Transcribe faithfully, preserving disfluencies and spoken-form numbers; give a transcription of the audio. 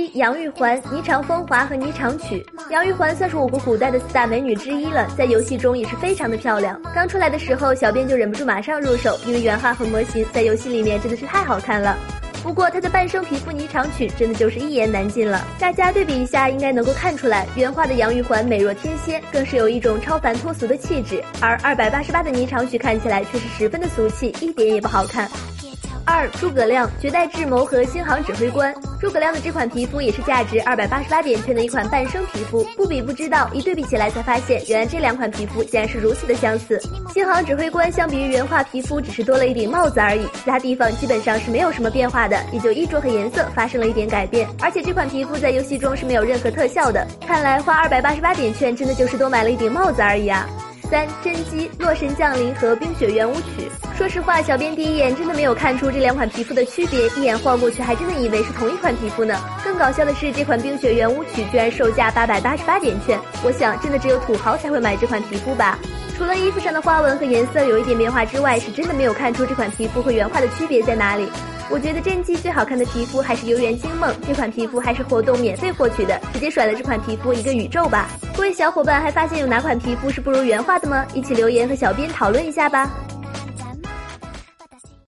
一，杨玉环、霓裳风华和霓裳曲。杨玉环算是我国古代的四大美女之一了，在游戏中也是非常的漂亮。刚出来的时候，小编就忍不住马上入手，因为原画和模型在游戏里面真的是太好看了。不过她的半生皮肤霓裳曲真的就是一言难尽了，大家对比一下应该能够看出来，原画的杨玉环美若天仙，更是有一种超凡脱俗的气质，而二百八十八的霓裳曲看起来却是十分的俗气，一点也不好看。二，诸葛亮绝代智谋和星航指挥官。诸葛亮的这款皮肤也是价值二百八十八点券的一款半生皮肤，不比不知道，一对比起来才发现，原来这两款皮肤竟然是如此的相似。星航指挥官相比于原画皮肤只是多了一顶帽子而已，其他地方基本上是没有什么变化的，也就衣着和颜色发生了一点改变，而且这款皮肤在游戏中是没有任何特效的，看来花二百八十八点券真的就是多买了一顶帽子而已啊。三，甄姬、洛神降临和冰雪圆舞曲。说实话，小编第一眼真的没有看出这两款皮肤的区别，一眼晃过去还真的以为是同一款皮肤呢。更搞笑的是，这款冰雪圆舞曲居然售价八百八十八点券，我想真的只有土豪才会买这款皮肤吧。除了衣服上的花纹和颜色有一点变化之外，是真的没有看出这款皮肤和原画的区别在哪里。我觉得甄姬最好看的皮肤还是游园惊梦，这款皮肤还是活动免费获取的，直接甩了这款皮肤一个宇宙吧。各位小伙伴还发现有哪款皮肤是不如原画的吗？一起留言和小编讨论一下吧。